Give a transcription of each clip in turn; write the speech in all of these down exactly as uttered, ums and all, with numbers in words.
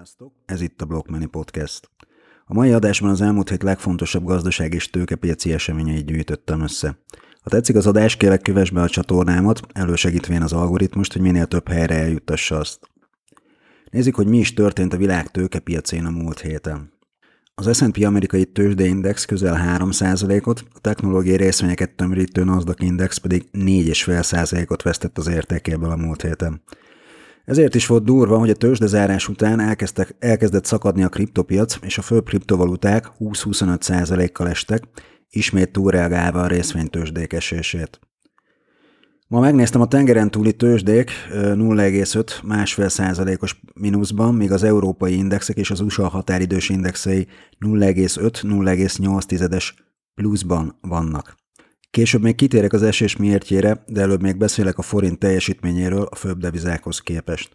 Sziasztok! Ez itt a Block Money Podcast. A mai adásban az elmúlt hét legfontosabb gazdaság és tőkepiaci eseményeit gyűjtöttem össze. Ha tetszik az adás, kérlek kövess be a csatornámat, elősegítvén az algoritmust, hogy minél több helyre eljuttassa azt. Nézzük, hogy mi is történt a világ tőkepiacén a múlt héten. Az es and pé amerikai tőzsdeindex közel három százalékot, a technológiai részvényeket tömörítő Nasdaq index pedig négy egész öt százalékot vesztett az értékéből a múlt héten. Ezért is volt durva, hogy a tőzsdezárás után elkezdtek, elkezdett szakadni a kriptopiac, és a főbb kriptovaluták húsz-huszonöt százalékkal estek, ismét túlreagálva a részvénytőzsdék esését. Ma megnéztem a tengeren túli tőzsdék nulla egész öt másfél százalékos mínuszban, míg az európai indexek és az u es á határidős indexei nulla egész öt nulla egész nyolc tizedes pluszban vannak. Később még kitérek az esés miértjére, de előbb még beszélek a forint teljesítményéről a főbb devizákhoz képest.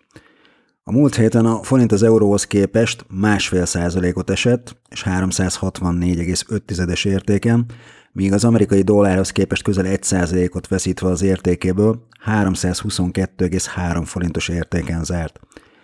A múlt héten a forint az euróhoz képest másfél százalékot esett, és háromszázhatvannégy egész öt tizedes értéken, míg az amerikai dollárhoz képest közel egy százalékot veszítve az értékéből háromszázhuszonkettő egész három forintos értéken zárt.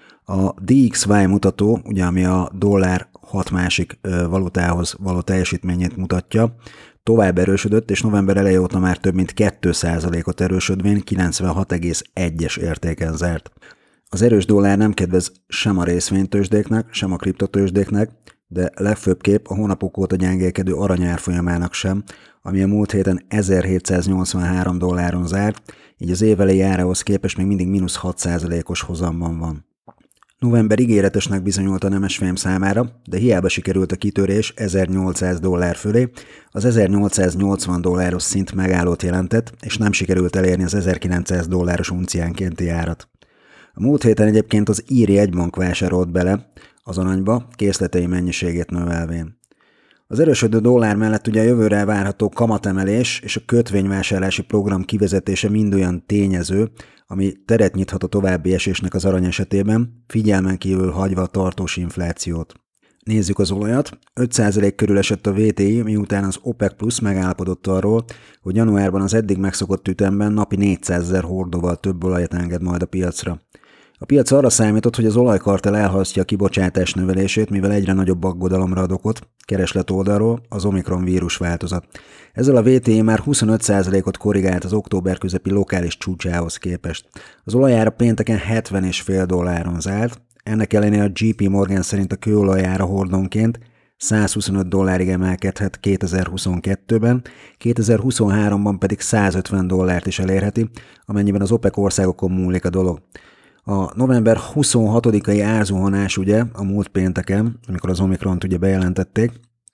A dé iksz ipszilon mutató, ugye ami a dollár hat másik valutához való teljesítményét mutatja, tovább erősödött, és november eleje óta már több mint két százalékot erősödvén kilencvenhat egész egyes értéken zárt. Az erős dollár nem kedvez sem a részvénytőzsdéknek, sem a kriptotőzsdéknek, de legfőbbképp a hónapok óta gyengélkedő arany árfolyamának sem, ami a múlt héten ezerhétszáznyolcvanhárom dolláron zárt, így az évelei árához képest még mindig mínusz hat százalékos hozamban van. November ígéretesnek bizonyult a nemesfém számára, de hiába sikerült a kitörés ezernyolcszáz dollár fölé, az ezernyolcszáznyolcvan dolláros szint megállót jelentett, és nem sikerült elérni az ezerkilencszáz dolláros unciánkénti árat. A múlt héten egyébként az ír jegybank vásárolt bele az aranyba, készletei mennyiségét növelvén. Az erősödő dollár mellett ugye a jövőre várható kamatemelés és a kötvényvásárlási program kivezetése mind olyan tényező, ami teret nyithat a további esésnek az arany esetében, figyelmen kívül hagyva a tartós inflációt. Nézzük az olajat. öt százalék körül esett a vé té i, miután az OPEC Plus megállapodott arról, hogy januárban az eddig megszokott ütemben napi négyszázezer hordóval több olajat enged majd a piacra. A piac arra számított, hogy az olajkartel elhalasztja a kibocsátás növelését, mivel egyre nagyobb aggodalomra ad okot, kereslet oldalról az Omikron vírus változat. Ezzel a vé té i már huszonöt százalékot korrigált az október közepi lokális csúcsához képest. Az olajára pénteken hetven egész öt dolláron zárt, ennek ellenére a gé pé Morgan szerint a kőolajára hordonként százhuszonöt dollárig emelkedhet kétezer-huszonkettőben, kétezer-huszonháromban pedig százötven dollárt is elérheti, amennyiben az OPEC országokon múlik a dolog. A november huszonhatodikai árzuhanás ugye a múlt pénteken, amikor az Omikront ugye bejelentették,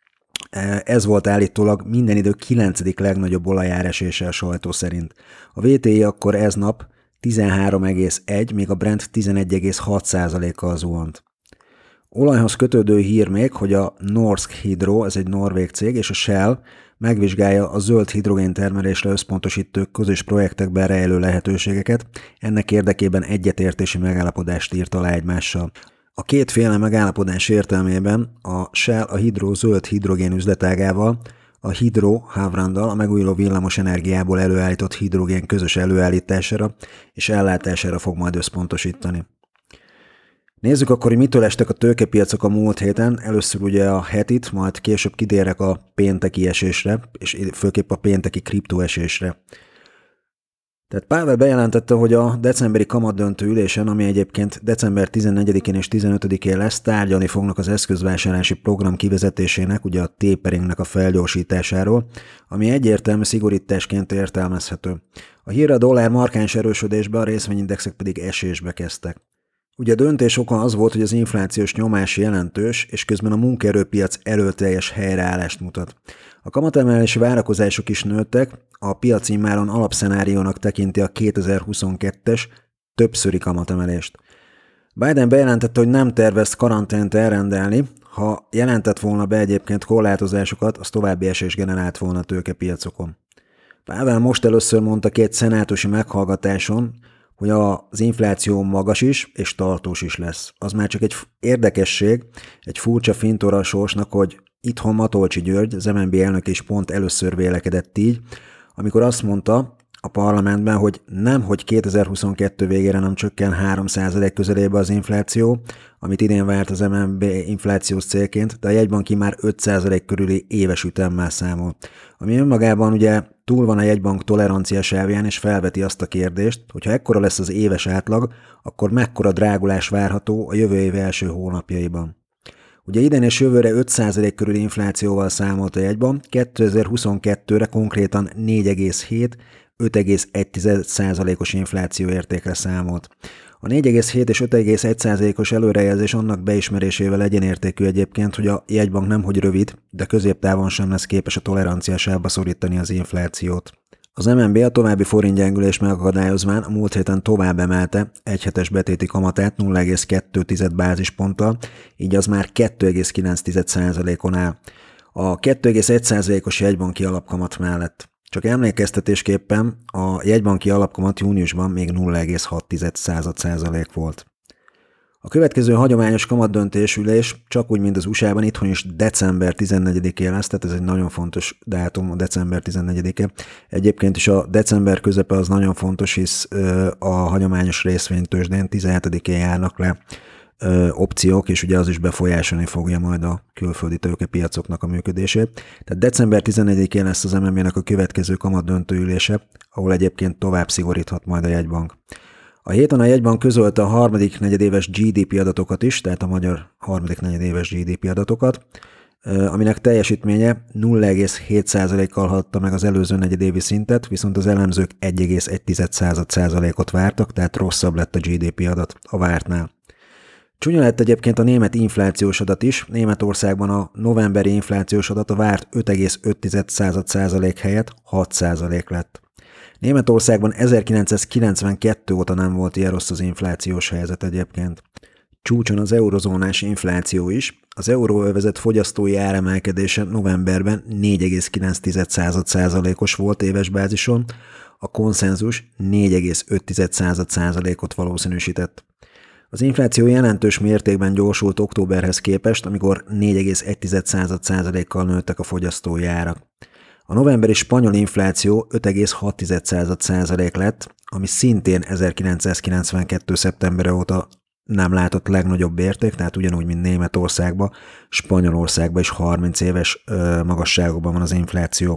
ez volt állítólag minden idő kilencedik legnagyobb olajáresése a sajtó szerint. A vé té i akkor ez nap tizenhárom egész egy, míg a Brent tizenegy egész hat százalékkal zuhant. Olajhoz kötődő hír még, hogy a Norsk Hydro, ez egy norvég cég, és a Shell megvizsgálja a zöld hidrogén termelésre összpontosító közös projektekben rejlő lehetőségeket, ennek érdekében egyetértési megállapodást írt alá egymással. A kétféle megállapodás értelmében a Shell a Hydro zöld hidrogén üzletágával, a Hydro Havranddal a megújuló villamos energiából előállított hidrogén közös előállítására és ellátására fog majd összpontosítani. Nézzük akkor, hogy mitől estek a tőkepiacok a múlt héten. Először ugye a hetit, majd később kitérek a pénteki esésre, és főképp a pénteki kriptoesésre. Tehát Powell bejelentette, hogy a decemberi kamatdöntő ülésen, ami egyébként december tizennegyedikén és tizenötödikén lesz, tárgyalni fognak az eszközvásárlási program kivezetésének, ugye a taperingnek a felgyorsításáról, ami egyértelmű szigorításként értelmezhető. A hírre a dollár markáns erősödésbe, a részvényindexek pedig esésbe kezdtek. Ugye a döntés oka az volt, hogy az inflációs nyomás jelentős, és közben a munkaerőpiac erőteljes helyreállást mutat. A kamatemelési várakozások is nőttek, a piac immáron alapszenáriónak tekinti a kétezer-huszonkettes többszöri kamatemelést. Biden bejelentette, hogy nem tervez karantént elrendelni, ha jelentett volna be egyébként korlátozásokat, az további esés generált volna a tőkepiacokon. Powell most először mondta ki egy szenátusi meghallgatáson, hogy az infláció magas is, és tartós is lesz. Az már csak egy érdekesség, egy furcsa fintora a sorsnak, hogy itthon Matolcsy György, az em en bé elnök is pont először vélekedett így, amikor azt mondta, a parlamentben, hogy nem, hogy kétezer-huszonkettő végére nem csökken három százalék közelébe az infláció, amit idén várt az em en bé inflációs célként, de a jegybanki már öt százalék körüli éves ütemmel számol. Ami önmagában ugye túl van a jegybank tolerancia sávján, és felveti azt a kérdést, hogy ha ekkora lesz az éves átlag, akkor mekkora drágulás várható a jövő év első hónapjaiban. Ugye idén és jövőre öt százalék körüli inflációval számolt a jegybank, kétezer-huszonkettőre konkrétan négy egész hét öt egész egy százalékos infláció értékre számolt. A négy egész hét és öt egész egy százalékos előrejelzés annak beismerésével egyenértékű egyébként, hogy a jegybank nemhogy rövid, de középtávon sem lesz képes a toleranciásába szorítani az inflációt. Az em en bé a további forintgyengülés megakadályozván a múlt héten tovább emelte egyhetes betéti kamatát nulla egész kettő bázisponttal, így az már kettő egész kilenc százalékon áll. A kettő egész egy százalékos jegybanki alapkamat mellett. Csak emlékeztetésképpen a jegybanki alapkamat júniusban még nulla egész hat százalék volt. A következő hagyományos kamatdöntésülés, csak úgy, mint az u es á-ban, itthon is december tizennegyedikén lesz, tehát ez egy nagyon fontos dátum, a december tizennegyedike. Egyébként is a december közepe az nagyon fontos, hisz a hagyományos részvénytőzsdén tizenhetedikén járnak le opciók, és ugye az is befolyásolni fogja majd a külföldi tőkepiacoknak a működését. Tehát december tizennegyedikén lesz az em en bé-nek a következő kamatdöntőülése, ahol egyébként tovább szigoríthat majd a jegybank. A héten a jegybank közölte a harmadik negyedéves gé dé pé adatokat is, tehát a magyar harmadik negyedéves gé dé pé adatokat, aminek teljesítménye nulla egész hét százalékkal haladta meg az előző negyedévi szintet, viszont az elemzők egy egész egy százalékot vártak, tehát rosszabb lett a gé dé pé adat a vártnál. Csúnya lett egyébként a német inflációs adat is, Németországban a novemberi inflációs adat a várt öt egész öt százalék helyett hat százalék lett. Németországban ezerkilencszázkilencvenkettő óta nem volt ilyen rossz az inflációs helyzet egyébként. Csúcson az eurozónás infláció is, az euróövezet fogyasztói áremelkedése novemberben négy egész kilenc százalékos volt éves bázison, a konszenzus négy egész öt százalékot valószínűsített. Az infláció jelentős mértékben gyorsult októberhez képest, amikor négy egész egy százalékkal nőttek a fogyasztói árak. A novemberi spanyol infláció öt egész hat százalék lett, ami szintén ezerkilencszázkilencvenkettő szeptember óta nem látott legnagyobb érték, tehát ugyanúgy, mint Németországban, Spanyolországban is harminc éves magasságokban van az infláció.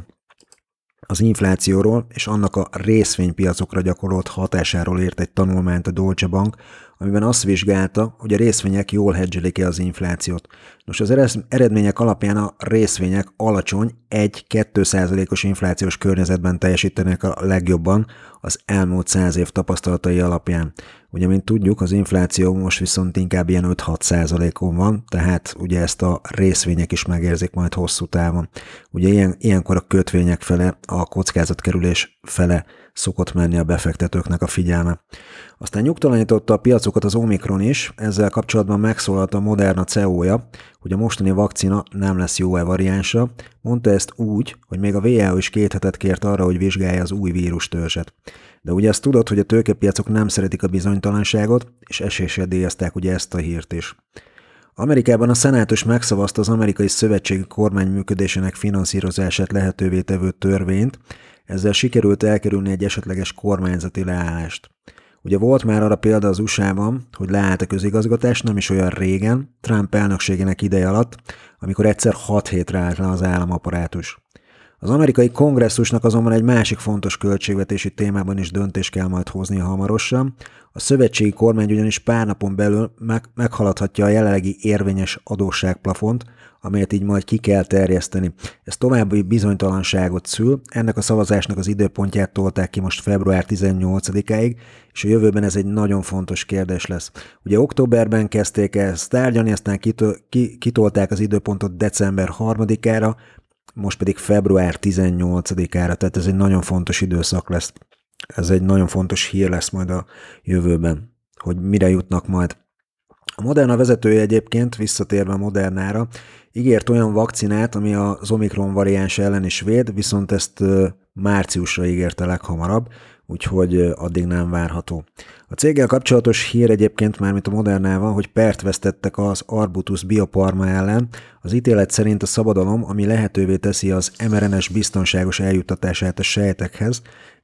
Az inflációról és annak a részvénypiacokra gyakorolt hatásáról írt egy tanulmányt a Deutsche Bank, amiben azt vizsgálta, hogy a részvények jól hedgelik-e az inflációt. Nos, az eredmények alapján a részvények alacsony egy-két százalékos inflációs környezetben teljesítenek a legjobban az elmúlt száz év tapasztalatai alapján. Ugye, mint tudjuk, az infláció most viszont inkább ilyen öt-hat százalékon van, tehát ugye ezt a részvények is megérzik majd hosszú távon. Ugye ilyen, ilyenkor a kötvények fele, a kockázatkerülés fele szokott menni a befektetőknek a figyelme. Aztán nyugtalanította a piacokat az Omikron is, ezzel kapcsolatban megszólalt a Moderna cé e ó-ja, hogy a mostani vakcina nem lesz jó-e variánsa, mondta ezt úgy, hogy még a vé há o is két hetet kért arra, hogy vizsgálja az új vírustörzset. De ugye azt tudod, hogy a tőkepiacok nem szeretik a bizonytalanságot, és eséssel díjazták ugye ezt a hírt is. Amerikában a szenátus megszavazta az amerikai szövetségi kormány működésének finanszírozását lehetővé tevő törvényt, ezzel sikerült elkerülni egy esetleges kormányzati leállást. Ugye volt már arra példa az u es á-ban, hogy leállt a közigazgatás nem is olyan régen, Trump elnökségének ideje alatt, amikor egyszer hat hétre állt le az államaparátus. Az amerikai kongresszusnak azonban egy másik fontos költségvetési témában is döntést kell majd hoznia hamarosan. A szövetségi kormány ugyanis pár napon belül meg- meghaladhatja a jelenlegi érvényes adósságplafont, amelyet így majd ki kell terjeszteni. Ez további bizonytalanságot szül, ennek a szavazásnak az időpontját tolták ki most február tizennyolcadikáig, és a jövőben ez egy nagyon fontos kérdés lesz. Ugye októberben kezdték ezt tárgyalni, aztán kitolták az időpontot december harmadikára, most pedig február tizennyolcadikára, tehát ez egy nagyon fontos időszak lesz. Ez egy nagyon fontos hír lesz majd a jövőben, hogy mire jutnak majd. A Moderna vezetője egyébként, visszatérve a Modernára, ígért olyan vakcinát, ami az Omikron variáns ellen is véd, viszont ezt márciusra ígérte leghamarabb, úgyhogy addig nem várható. A céggel kapcsolatos hír egyébként már, mint a Modernával, hogy pert vesztettek az Arbutus Bioparma ellen. Az ítélet szerint a szabadalom, ami lehetővé teszi az em er en es biztonságos eljuttatását a sejtekhez,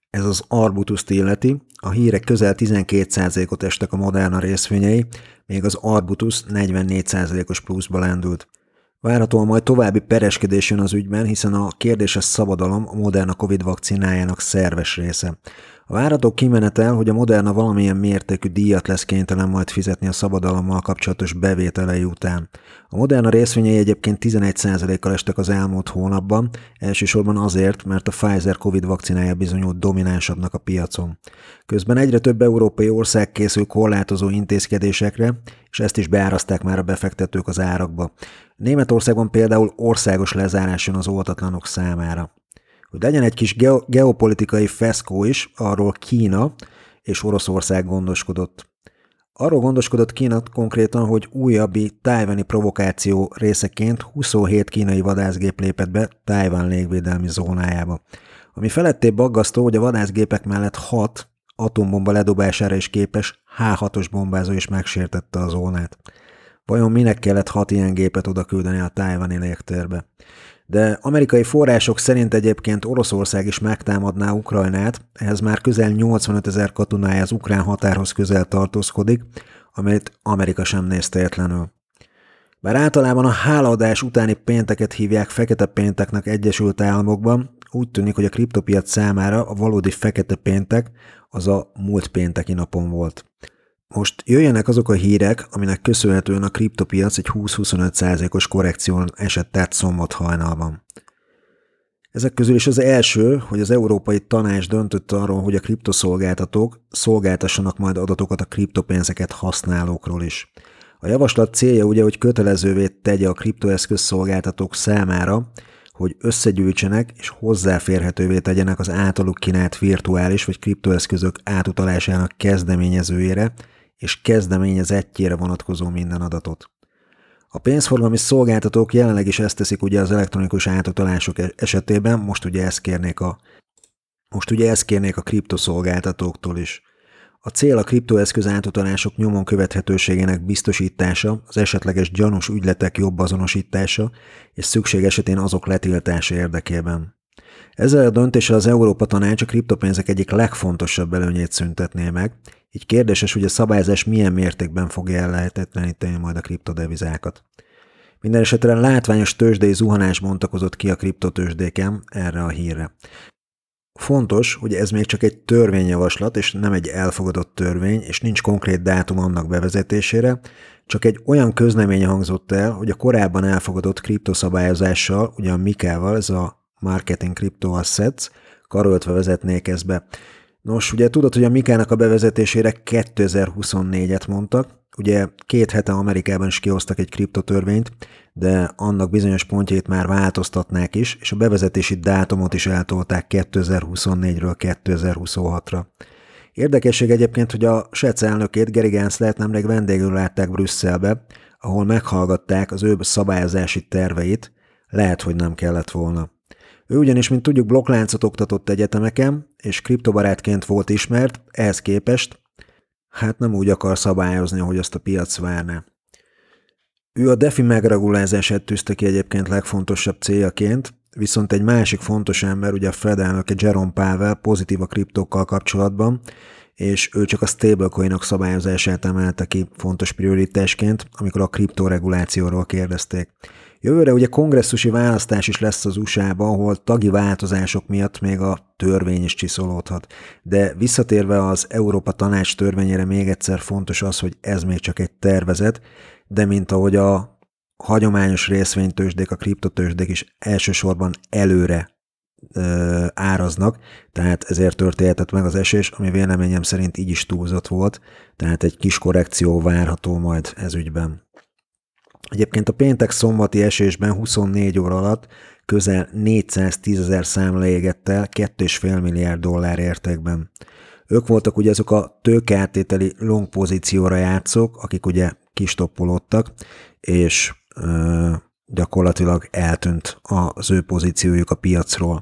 Ez az Arbutus-t illeti, a hírek közel tizenkét százalékot estek a Moderna részvényei, még az Arbutus negyvennégy százalékos pluszba lendült. Várhatóan majd további pereskedés jön az ügyben, hiszen a kérdéses szabadalom a Moderna Covid vakcinájának szerves része. A várható kimenetel, hogy a Moderna valamilyen mértékű díjat lesz kénytelen majd fizetni a szabadalommal kapcsolatos bevételei után. A Moderna részvényei egyébként tizenegy százalékkal estek az elmúlt hónapban, elsősorban azért, mert a Pfizer Covid vakcinája bizonyult dominánsabbnak a piacon. Közben egyre több európai ország készül korlátozó intézkedésekre, és ezt is beárazták már a befektetők az árakba. Németországban például országos lezárás jön az oltatlanok számára. Hogy legyen egy kis geo- geopolitikai feszkó is, arról Kína és Oroszország gondoskodott. Arról gondoskodott Kína konkrétan, hogy újabbi tájvani provokáció részeként huszonhét kínai vadászgép lépett be Tájván légvédelmi zónájába. Ami felettébb aggasztó, hogy a vadászgépek mellett hat atombomba ledobására is képes há hatos bombázó is megsértette a zónát. Vajon minek kellett hat ilyen gépet oda küldeni a tájvani légtérbe? De amerikai források szerint egyébként Oroszország is megtámadná Ukrajnát, ehhez már közel nyolcvanöt ezer katonája az ukrán határhoz közel tartózkodik, amit Amerika sem néz tétlenül. Bár általában a hálaadás utáni pénteket hívják fekete pénteknek Egyesült Államokban, úgy tűnik, hogy a kriptopiac számára a valódi fekete péntek az a múlt pénteki napon volt. Most jöjjenek azok a hírek, aminek köszönhetően a kriptopiac egy húsz-huszonöt százalékos korrekción esett át szombat hajnalban. Ezek közül is az első, hogy az Európai Tanács döntött arról, hogy a kriptoszolgáltatók szolgáltassanak majd adatokat a kriptopénzeket használókról is. A javaslat célja ugye, hogy kötelezővé tegye a kriptoeszköz szolgáltatók számára, hogy összegyűjtsenek és hozzáférhetővé tegyenek az általuk kínált virtuális vagy kriptoeszközök átutalásának kezdeményezőjére és kezdeményezettjére vonatkozó minden adatot. A pénzforgalmi szolgáltatók jelenleg is ezt teszik ugye az elektronikus átutalások esetében, most ugye ezt kérnék a, most ugye ezt kérnék a kriptoszolgáltatóktól is. A cél a kriptoeszköz átutalások nyomon követhetőségének biztosítása, az esetleges gyanús ügyletek jobb azonosítása és szükség esetén azok letiltása érdekében. Ezzel a döntéssel az Európa Tanács a kriptopénzek egyik legfontosabb előnyét szüntetné meg, így kérdéses, hogy a szabályozás milyen mértékben fogja ellehetetleníteni majd a kriptodevizákat. Minden esetre látványos tőzsdei zuhanás bontakozott ki a kriptotőzsdéken erre a hírre. Fontos, hogy ez még csak egy törvényjavaslat, és nem egy elfogadott törvény, és nincs konkrét dátum annak bevezetésére, csak egy olyan közlemény hangzott el, hogy a korábban elfogadott kriptoszabályozással, ugye a mikával, ez a Marketing Crypto Assets, karöltve vezetnék ezt be. Nos, ugye tudod, hogy a mikának a bevezetésére kétezer-huszonnégyet mondtak, ugye két hete Amerikában is kihoztak egy kriptotörvényt, de annak bizonyos pontjait már változtatnák is, és a bevezetési dátumot is eltolták kétezer-huszonnégyről kétezer-huszonhatra. Érdekesség egyébként, hogy a es e cé elnökét, Gary Gensler nemrég vendégül látták Brüsszelbe, ahol meghallgatták az ő szabályozási terveit, lehet, hogy nem kellett volna. Ő ugyanis, mint tudjuk, blokkláncot oktatott egyetemeken, és kriptobarátként volt ismert, ehhez képest hát nem úgy akar szabályozni, ahogy azt a piac várná. Ő a DeFi megregulázását tűzte ki egyébként legfontosabb céljaként, viszont egy másik fontos ember, ugye a Fed elnöke Jerome Powell pozitív a kriptókkal kapcsolatban, és ő csak a stablecoinok szabályozását emelte ki fontos prioritásként, amikor a kriptoregulációról kérdezték. Jövőre ugye kongresszusi választás is lesz az u es á-ban, ahol tagi változások miatt még a törvény is csiszolódhat. De visszatérve az Európa Tanács törvényére még egyszer fontos az, hogy ez még csak egy tervezet, de mint ahogy a hagyományos részvénytőzsdék, a kriptotőzsdék is elsősorban előre ö, áraznak, tehát ezért történhetett meg az esés, ami véleményem szerint így is túlzott volt, tehát egy kis korrekció várható majd ez ügyben. Egyébként a péntek szombati esésben huszonnégy óra alatt közel négyszáztízezer számla égett el két egész öt milliárd dollár értékben. Ők voltak ugye azok a tőkeáttételi long pozícióra játszók, akik ugye kistoppolódtak, és ö, gyakorlatilag eltűnt az ő pozíciójuk a piacról.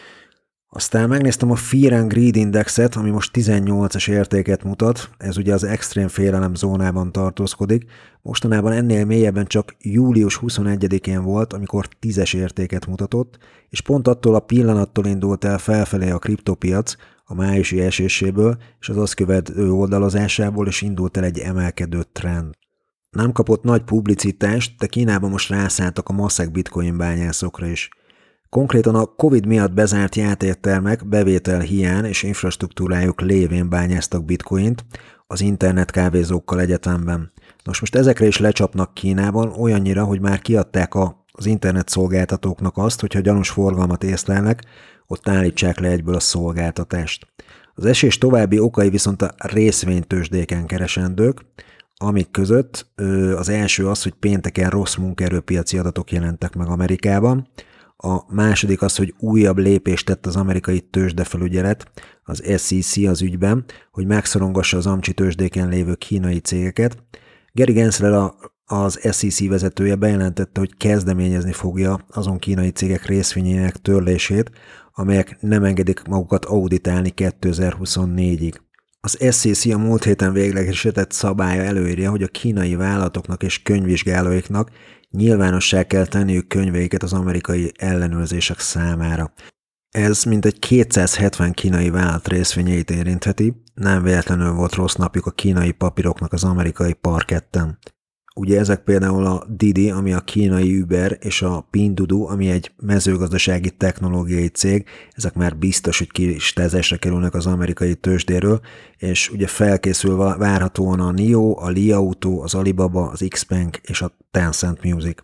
Aztán megnéztem a Fear and Greed Indexet, ami most tizennyolcas értéket mutat, ez ugye az extrém félelem zónában tartózkodik. Mostanában ennél mélyebben csak július huszonegyedikén volt, amikor tízes értéket mutatott, és pont attól a pillanattól indult el felfelé a kriptopiac, a májusi eséséből és az azt követő oldalazásából, és indult el egy emelkedő trend. Nem kapott nagy publicitást, de Kínában most rászálltak a maszek bitcoin bányászokra is. Konkrétan a Covid miatt bezárt játéktermek bevétel hiány és infrastruktúrájuk lévén bányáztak bitcoint az internet kávézókkal egyetemben. Nos, most ezekre is lecsapnak Kínában olyannyira, hogy már kiadták a, az internet szolgáltatóknak azt, hogyha gyanús forgalmat észlelnek, ott állítsák le egyből a szolgáltatást. Az esés további okai viszont a részvénytőzsdéken keresendők, amik között az első az, hogy pénteken rossz munkaerőpiaci adatok jelentek meg Amerikában, a második az, hogy újabb lépést tett az amerikai tőzsdefelügyelet, az es i cé az ügyben, hogy megszorongassa az amcsi tőzsdéken lévő kínai cégeket. Gary Gensler, az es i cé vezetője bejelentette, hogy kezdeményezni fogja azon kínai cégek részvényének törlését, amelyek nem engedik magukat auditálni kétezer-huszonnégyig. Az es i cé a múlt héten véglegesített szabálya előírja, hogy a kínai vállalatoknak és könyvvizsgálóiknak nyilvánossá kell tenniük könyveiket az amerikai ellenőrzések számára. Ez mintegy kétszázhetven kínai vállalat részvényeit érintheti, nem véletlenül volt rossz napjuk a kínai papíroknak az amerikai parketten. Ugye ezek például a Didi, ami a kínai Uber, és a Pinduoduo, ami egy mezőgazdasági technológiai cég, ezek már biztos, hogy kilistázásra kerülnek az amerikai tőzsdéről, és ugye felkészül várhatóan a NIO, a Li Auto, az Alibaba, az Xpeng és a Tencent Music.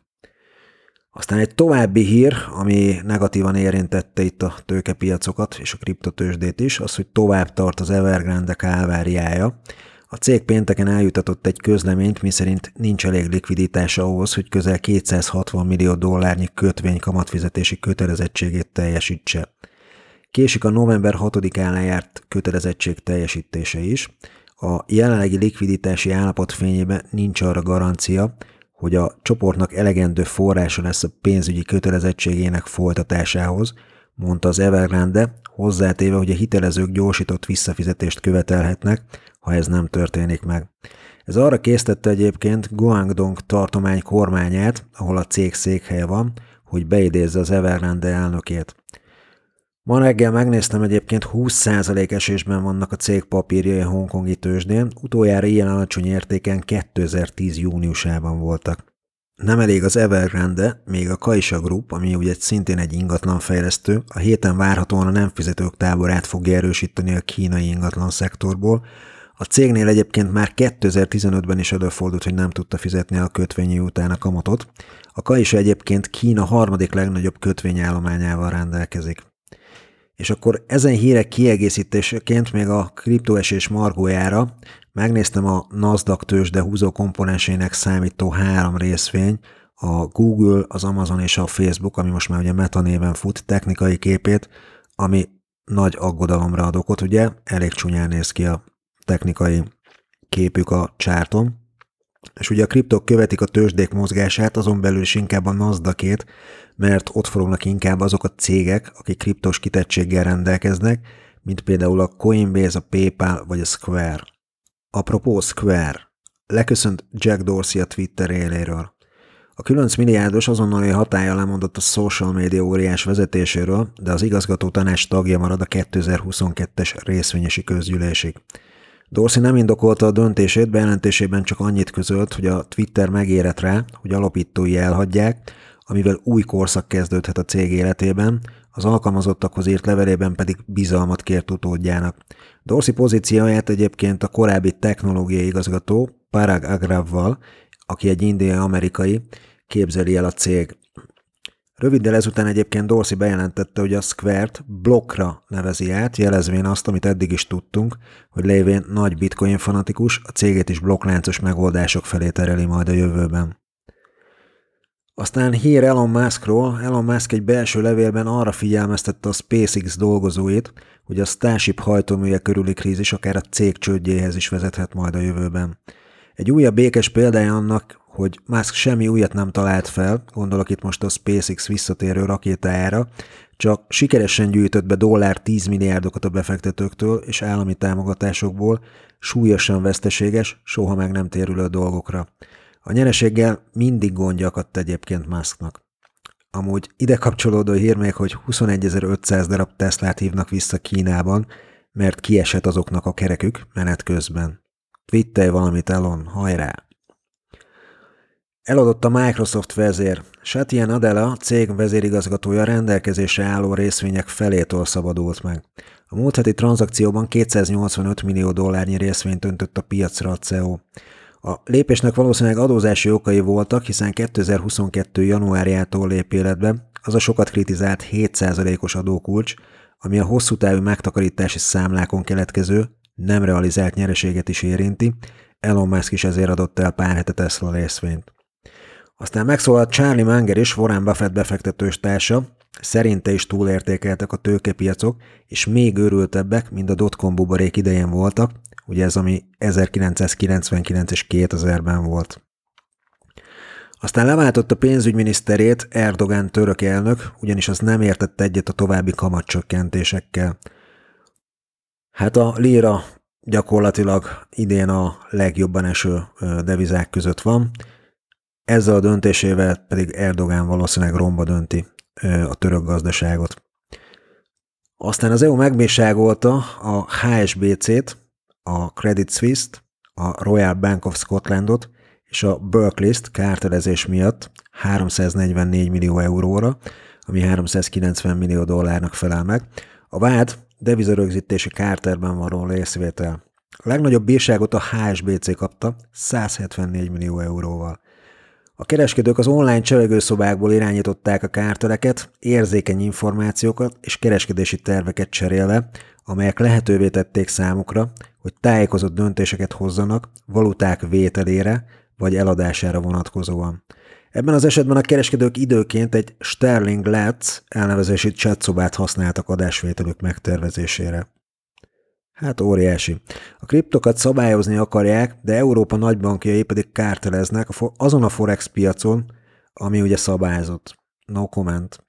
Aztán egy további hír, ami negatívan érintette itt a tőkepiacokat és a kriptotőzsdét is, az, hogy tovább tart az Evergrande kálváriája. A cég pénteken eljutatott egy közleményt, miszerint nincs elég likviditása ahhoz, hogy közel kétszázhatvan millió dollárnyi kötvény kamatfizetési kötelezettségét teljesítse. Késik a november hatodikán lejárt kötelezettség teljesítése is. A jelenlegi likviditási állapot fényében nincs arra garancia, hogy a csoportnak elegendő forrása lesz a pénzügyi kötelezettségének folytatásához, mondta az Evergrande, hozzátéve, hogy a hitelezők gyorsított visszafizetést követelhetnek, ha ez nem történik meg. Ez arra késztette egyébként Guangdong tartomány kormányát, ahol a cég székhelye van, hogy beidézze az Evergrande elnökét. Ma reggel megnéztem, egyébként húsz százalék esésben vannak a cég papírjai a hongkongi tőzsdén, utoljára ilyen alacsony értéken kétezer-tíz júniusában voltak. Nem elég az Evergrande, még a Caixa Group, ami ugye szintén egy ingatlanfejlesztő, a héten várhatóan a nem fizetők táborát fogja erősíteni a kínai ingatlan szektorból. A cégnél egyébként már kétezer-tizenötben is előfordult, hogy nem tudta fizetni a kötvényi után a kamatot. A Caixa egyébként Kína harmadik legnagyobb kötvényállományával rendelkezik. És akkor ezen hírek kiegészítéseként még a kriptoesés margójára megnéztem a Nasdaq tőzsde húzó komponensének számító három részvény, a Google, az Amazon és a Facebook, ami most már ugye Meta néven fut, technikai képét, ami nagy aggodalomra ad okot, ugye, elég csúnyán néz ki a technikai képük a csárton. És ugye a kriptok követik a tőzsdék mozgását, azon belül is inkább a Nasdaqét, mert ott forognak inkább azok a cégek, akik kriptos kitettséggel rendelkeznek, mint például a Coinbase, a PayPal vagy a Square. Apropó Square. Leköszönt Jack Dorsey a Twitter éléről. A különc milliárdos azonnali hatállyal lemondott a social media óriás vezetéséről, de az igazgató tanács tagja marad a kétezer-huszonkettes részvényesi közgyűlésig. Dorsey nem indokolta a döntését, bejelentésében csak annyit közölt, hogy a Twitter megérett rá, hogy alapítói elhagyják, amivel új korszak kezdődhet a cég életében, az alkalmazottakhoz írt levelében pedig bizalmat kért utódjának. Dorsey pozícióját egyébként a korábbi technológiai igazgató Parag Agrawal, aki egy indiai-amerikai, képzeli el a cég. Röviddel ezután egyébként Dorsey bejelentette, hogy a Square-t blokkra nevezi át, jelezvén azt, amit eddig is tudtunk, hogy lévén nagy bitcoin fanatikus, a cégét is blokkláncos megoldások felé tereli majd a jövőben. Aztán hír Elon Muskról. Elon Musk egy belső levélben arra figyelmeztette a SpaceX dolgozóit, hogy a Starship hajtóműje körüli krízis akár a cég csődjéhez is vezethet majd a jövőben. Egy újabb békés példája annak, hogy Musk semmi újat nem talált fel, gondolok itt most a SpaceX visszatérő rakétájára, csak sikeresen gyűjtött be dollár tíz milliárdokat a befektetőktől és állami támogatásokból, súlyosan veszteséges, soha meg nem térülő dolgokra. A nyereséggel mindig gondja akadt egyébként Musknak. Amúgy ide kapcsolódó hír még, hogy huszonegyezer-ötszáz darab Teslát hívnak vissza Kínában, mert kiesett azoknak a kerekük menet közben. Twittelj valamit, Elon, hajrá! Eladott a Microsoft vezér. Satya Nadella, cég vezérigazgatója rendelkezésre álló részvények felétől szabadult meg. A múlt heti tranzakcióban kétszáznyolcvanöt millió dollárnyi részvényt öntött a piacra a cé e o. A lépésnek valószínűleg adózási okai voltak, hiszen kétezer-huszonkettő januárjától lép életbe az a sokat kritizált hét százalékos adókulcs, ami a hosszú távú megtakarítási számlákon keletkező, nem realizált nyereséget is érinti. Elon Musk is ezért adott el pár hete Tesla részvényt. Aztán megszólalt Charlie Munger is, Warren Buffett befektetős társa, szerinte is túlértékeltek a tőkepiacok, és még őrültebbek, mint a dotcom buborék idején voltak, ugye ez ami ezerkilencszázkilencvenkilenc és kétezerben volt. Aztán leváltott a pénzügyminiszterét Erdogan török elnök, ugyanis az nem értett egyet a további kamatcsökkentésekkel. Hát a líra gyakorlatilag idén a legjobban eső devizák között van, ezzel a döntésével pedig Erdogan valószínűleg romba dönti a török gazdaságot. Aztán az é u megbírságolta a há es bé cét, a Credit Suisse-t, a Royal Bank of Scotlandot és a Barclays-t kártelezés miatt háromszáznegyvennégy millió euróra, ami háromszázkilencven millió dollárnak felel meg. A vád devizarögzítési kárterben való részvétel. A legnagyobb bírságot a há es bé cé kapta százhetvennégy millió euróval. A kereskedők az online csevegőszobákból irányították a kárteleket, érzékeny információkat és kereskedési terveket cserélve, amelyek lehetővé tették számukra, hogy tájékozott döntéseket hozzanak valuták vételére vagy eladására vonatkozóan. Ebben az esetben a kereskedők időként egy Sterling Labs elnevezésű chatszobát használtak adásvételük megtervezésére. Hát óriási. A kriptokat szabályozni akarják, de Európa nagybankjai pedig kárteleznek azon a forex piacon, ami ugye szabályozott. No comment.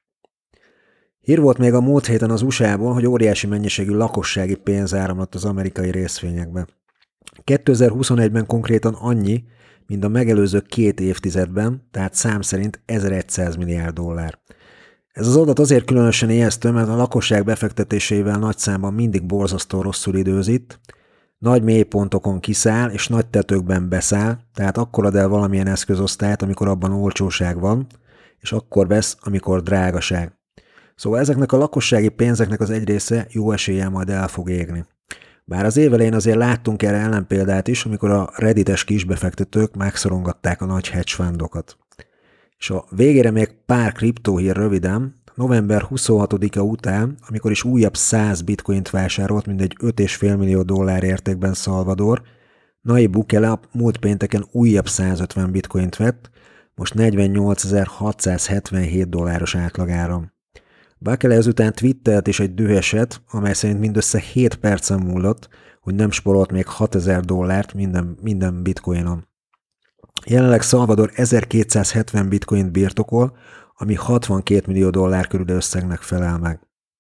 Hír volt még a múlt héten az u es á-ból, hogy óriási mennyiségű lakossági pénz áramlott az amerikai részvényekbe. kétezer-huszonegyben konkrétan annyi, mint a megelőző két évtizedben, tehát szám szerint ezerszáz milliárd dollár. Ez az adat azért különösen ijesztő, mert a lakosság befektetéseivel nagy számban mindig borzasztó rosszul időzít, nagy mélypontokon kiszáll és nagy tetőkben beszáll, tehát akkor ad el valamilyen eszközosztályt, amikor abban olcsóság van, és akkor vesz, amikor drágaság. Szóval ezeknek a lakossági pénzeknek az egy része jó eséllyel majd el fog égni. Bár az év elején azért láttunk erre ellenpéldát is, amikor a reddites kisbefektetők megszorongatták a nagy hedge fundokat. És a végére még pár kriptóhír röviden, november huszonhatodika után, amikor is újabb száz bitcoint vásárolt mindegy öt egész öt millió dollár értékben Salvador, Nayib Bukele a múlt pénteken újabb százötven bitcoint vett, most negyvennyolcezer-hatszázhetvenhét dolláros átlagáron. Bukele ezután twittelt is egy dühöset, amely szerint mindössze hét percen múlott, hogy nem sporolt még hatezer dollárt minden, minden bitcoinon. Jelenleg Salvador ezerkétszázhetven bitcoint birtokol, ami hatvankét millió dollár körüli összegnek felel meg.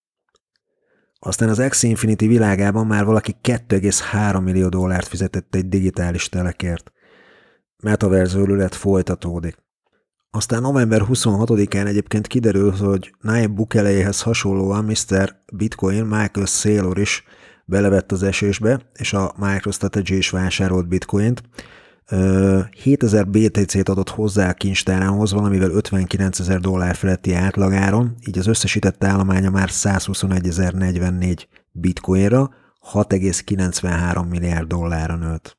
Aztán az Axie Infinity világában már valaki két egész három millió dollárt fizetett egy digitális telekért. Metaverse őrület folytatódik. Aztán november huszonhatodikán egyébként kiderül, hogy Nayib Bukeleéhez hasonlóan miszter Bitcoin Michael Saylor is belevett az esésbe, és a MicroStrategy is vásárolt bitcoint. hétezer bé té cét adott hozzá a kincstárához valamivel ötvenkilencezer dollár feletti átlagáron, így az összesített állománya már százhuszonegyezer-negyvennégy bitcoinra, hat egész kilencvenhárom milliárd dollárra nőtt.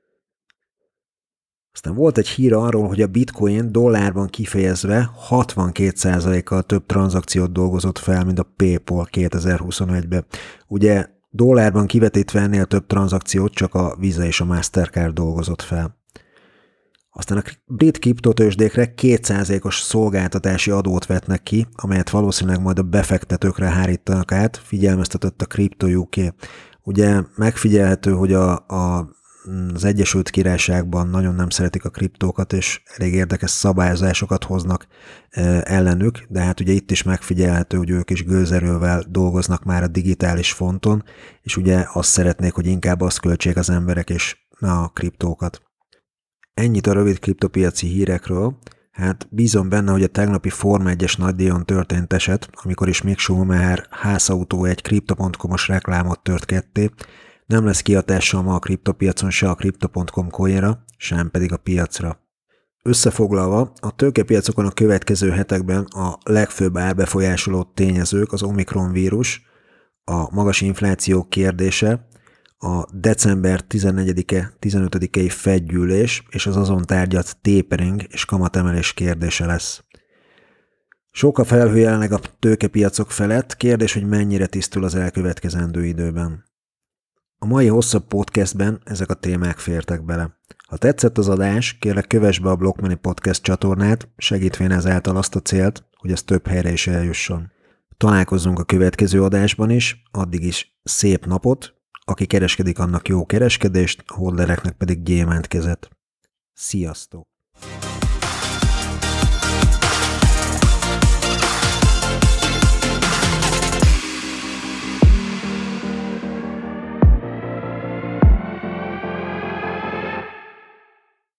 Aztán volt egy hír arról, hogy a bitcoin dollárban kifejezve hatvankét százalékkal több tranzakciót dolgozott fel, mint a PayPal kétezer-huszonegyben. Ugye dollárban kivetítve ennél több tranzakciót csak a Visa és a Mastercard dolgozott fel. Aztán a brit kriptotőzsdékre két százalékos szolgáltatási adót vetnek ki, amelyet valószínűleg majd a befektetőkre hárítanak át, figyelmeztetett a Crypto u ká. Ugye megfigyelhető, hogy a, a, az Egyesült Királyságban nagyon nem szeretik a kriptókat, és elég érdekes szabályozásokat hoznak e, ellenük, de hát ugye itt is megfigyelhető, hogy ők is gőzerővel dolgoznak már a digitális fonton, és ugye azt szeretnék, hogy inkább azt költsék az emberek, és ne a kriptókat. Ennyit a rövid kriptopiaci hírekről. Hát bízom benne, hogy a tegnapi Forma egyes nagydíjon történt eset, amikor is Mick Schumacher hászautó egy kripto pont com-os reklámot tört ketté, nem lesz kihatással ma a kriptopiacon se a kripto pont com coinra, sem pedig a piacra. Összefoglalva, a tőkepiacokon a következő hetekben a legfőbb árbefolyásoló tényezők az Omikron vírus, a magas infláció kérdése, a december tizennegyedike tizenötödikei Fed gyűlés és az azon tárgyalt tapering és kamatemelés kérdése lesz. Sok a felhő jelenleg a tőkepiacok felett, kérdés, hogy mennyire tisztul az elkövetkezendő időben. A mai hosszabb podcastben ezek a témák fértek bele. Ha tetszett az adás, kérlek kövess be a Block Money Podcast csatornát, segítvén ezáltal azt a célt, hogy ez több helyre is eljusson. Találkozzunk a következő adásban is, addig is szép napot, aki kereskedik, annak jó kereskedést, a hodlereknek pedig gyémánt kezet. Sziasztok!